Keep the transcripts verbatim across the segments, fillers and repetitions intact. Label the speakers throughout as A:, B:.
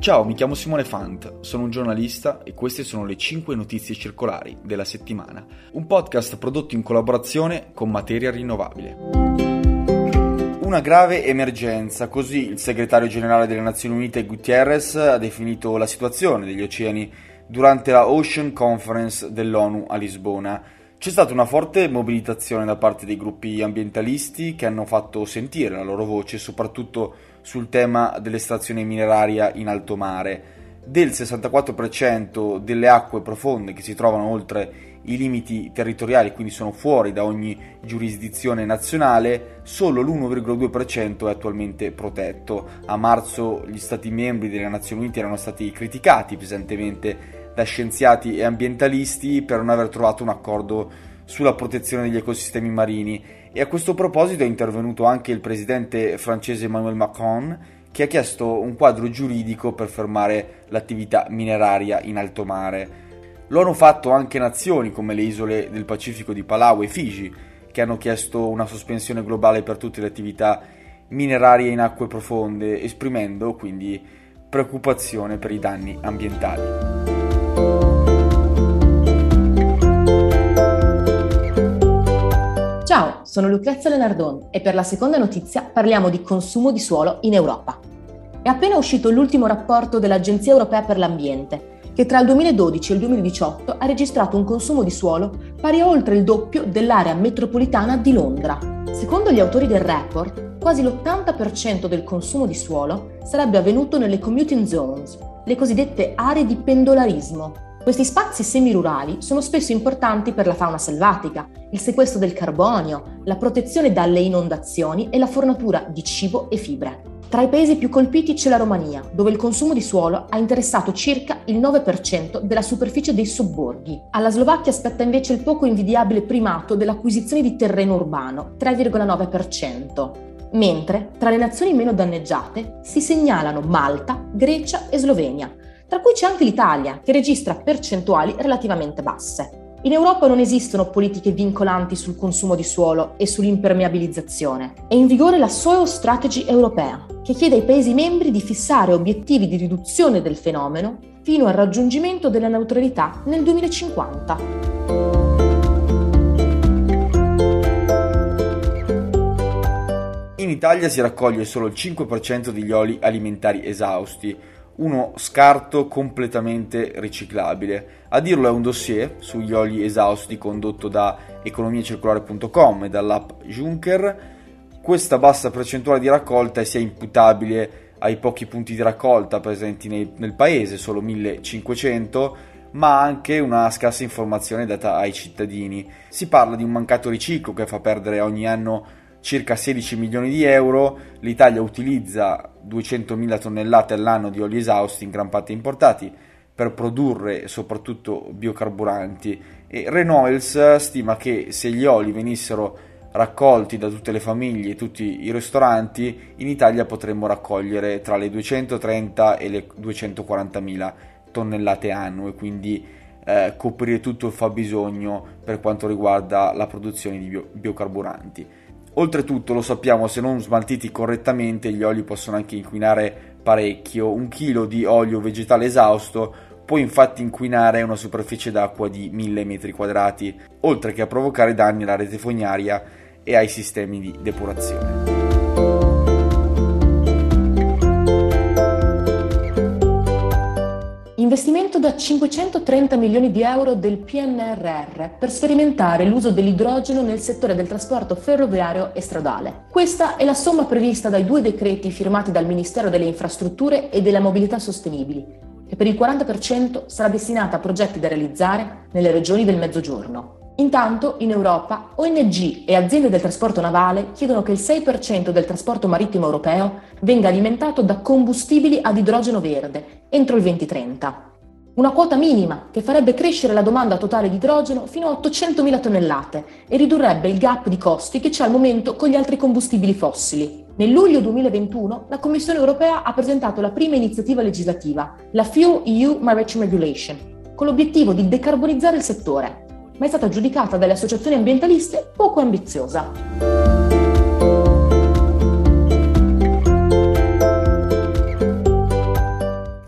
A: Ciao, mi chiamo Simone Fant, sono un giornalista e queste sono le cinque notizie circolari della settimana, un podcast prodotto in collaborazione con Materia Rinnovabile. Una grave emergenza, così il segretario generale delle Nazioni Unite Guterres ha definito la situazione degli oceani durante la Ocean Conference dell'ONU a Lisbona. C'è stata una forte mobilitazione da parte dei gruppi ambientalisti che hanno fatto sentire la loro voce soprattutto sul tema dell'estrazione mineraria in alto mare. Del sessantaquattro per cento delle acque profonde che si trovano oltre i limiti territoriali, quindi sono fuori da ogni giurisdizione nazionale, solo l'uno virgola due per cento è attualmente protetto. A marzo gli Stati membri delle Nazioni Unite erano stati criticati pesantemente da scienziati e ambientalisti per non aver trovato un accordo sulla protezione degli ecosistemi marini, e a questo proposito è intervenuto anche il presidente francese Emmanuel Macron, che ha chiesto un quadro giuridico per fermare l'attività mineraria in alto mare. Lo hanno fatto anche nazioni come le isole del Pacifico di Palau e Fiji, che hanno chiesto una sospensione globale per tutte le attività minerarie in acque profonde, esprimendo quindi preoccupazione per i danni ambientali.
B: Ciao, sono Lucrezia Lenardon e per la seconda notizia parliamo di consumo di suolo in Europa. È appena uscito l'ultimo rapporto dell'Agenzia Europea per l'Ambiente, che tra il duemiladodici e il duemiladiciotto ha registrato un consumo di suolo pari a oltre il doppio dell'area metropolitana di Londra. Secondo gli autori del report, quasi l'ottanta per cento del consumo di suolo sarebbe avvenuto nelle commuting zones, le cosiddette aree di pendolarismo. Questi spazi semirurali sono spesso importanti per la fauna selvatica, il sequestro del carbonio, la protezione dalle inondazioni e la fornitura di cibo e fibre. Tra i paesi più colpiti c'è la Romania, dove il consumo di suolo ha interessato circa il nove per cento della superficie dei sobborghi. Alla Slovacchia spetta invece il poco invidiabile primato dell'acquisizione di terreno urbano, tre virgola nove per cento. Mentre tra le nazioni meno danneggiate si segnalano Malta, Grecia e Slovenia, tra cui c'è anche l'Italia, che registra percentuali relativamente basse. In Europa non esistono politiche vincolanti sul consumo di suolo e sull'impermeabilizzazione. È in vigore la Soil Strategy europea, che chiede ai Paesi membri di fissare obiettivi di riduzione del fenomeno fino al raggiungimento della neutralità nel duemilacinquanta.
A: In Italia si raccoglie solo il cinque per cento degli oli alimentari esausti, uno scarto completamente riciclabile. A dirlo è un dossier sugli oli esausti condotto da economia circolare punto com e dall'app Juncker. Questa bassa percentuale di raccolta è sia imputabile ai pochi punti di raccolta presenti nei, nel paese, solo millecinquecento, ma anche una scarsa informazione data ai cittadini. Si parla di un mancato riciclo che fa perdere ogni anno circa sedici milioni di euro. L'Italia utilizza duecentomila tonnellate all'anno di oli esausti, in gran parte importati, per produrre soprattutto biocarburanti, e Renoils stima che se gli oli venissero raccolti da tutte le famiglie e tutti i ristoranti, in Italia potremmo raccogliere tra le duecentotrenta e le duecentoquarantamila tonnellate annue, quindi eh, coprire tutto il fabbisogno per quanto riguarda la produzione di bio- biocarburanti. Oltretutto, lo sappiamo, se non smaltiti correttamente gli oli possono anche inquinare parecchio. Un chilo di olio vegetale esausto può infatti inquinare una superficie d'acqua di mille metri quadrati, oltre che a provocare danni alla rete fognaria e ai sistemi di depurazione.
B: Investimento da cinquecentotrenta milioni di euro del P N R R per sperimentare l'uso dell'idrogeno nel settore del trasporto ferroviario e stradale. Questa è la somma prevista dai due decreti firmati dal Ministero delle Infrastrutture e della Mobilità Sostenibili, che per il quaranta per cento sarà destinata a progetti da realizzare nelle regioni del Mezzogiorno. Intanto, in Europa, O N G e aziende del trasporto navale chiedono che il sei per cento del trasporto marittimo europeo venga alimentato da combustibili ad idrogeno verde entro il duemilatrenta. Una quota minima che farebbe crescere la domanda totale di idrogeno fino a ottocentomila tonnellate e ridurrebbe il gap di costi che c'è al momento con gli altri combustibili fossili. Nel luglio duemilaventuno la Commissione europea ha presentato la prima iniziativa legislativa, la Fuel E U Maritime Regulation, con l'obiettivo di decarbonizzare il settore, ma è stata giudicata dalle associazioni ambientaliste poco ambiziosa.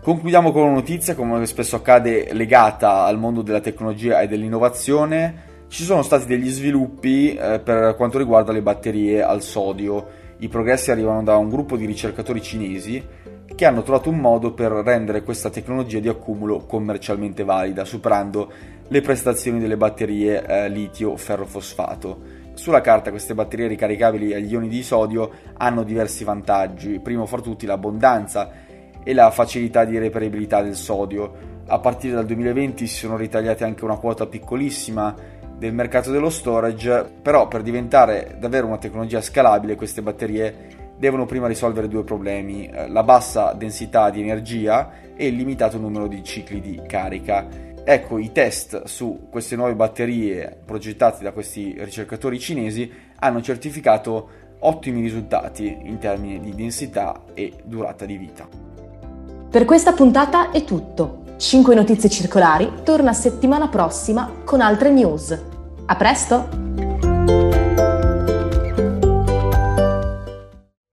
A: Concludiamo con una notizia, come spesso accade, legata al mondo della tecnologia e dell'innovazione. Ci sono stati degli sviluppi eh, per quanto riguarda le batterie al sodio. I progressi arrivano da un gruppo di ricercatori cinesi che hanno trovato un modo per rendere questa tecnologia di accumulo commercialmente valida, superando le prestazioni delle batterie eh, litio-ferrofosfato. Sulla carta queste batterie ricaricabili agli ioni di sodio hanno diversi vantaggi, primo fra tutti l'abbondanza e la facilità di reperibilità del sodio. A partire dal duemilaventi si sono ritagliate anche una quota piccolissima del mercato dello storage, però per diventare davvero una tecnologia scalabile queste batterie devono prima risolvere due problemi: la bassa densità di energia e il limitato numero di cicli di carica. Ecco, i test su queste nuove batterie progettate da questi ricercatori cinesi hanno certificato ottimi risultati in termini di densità e durata di vita.
B: Per questa puntata è tutto. cinque notizie circolari torna settimana prossima con altre news. A presto!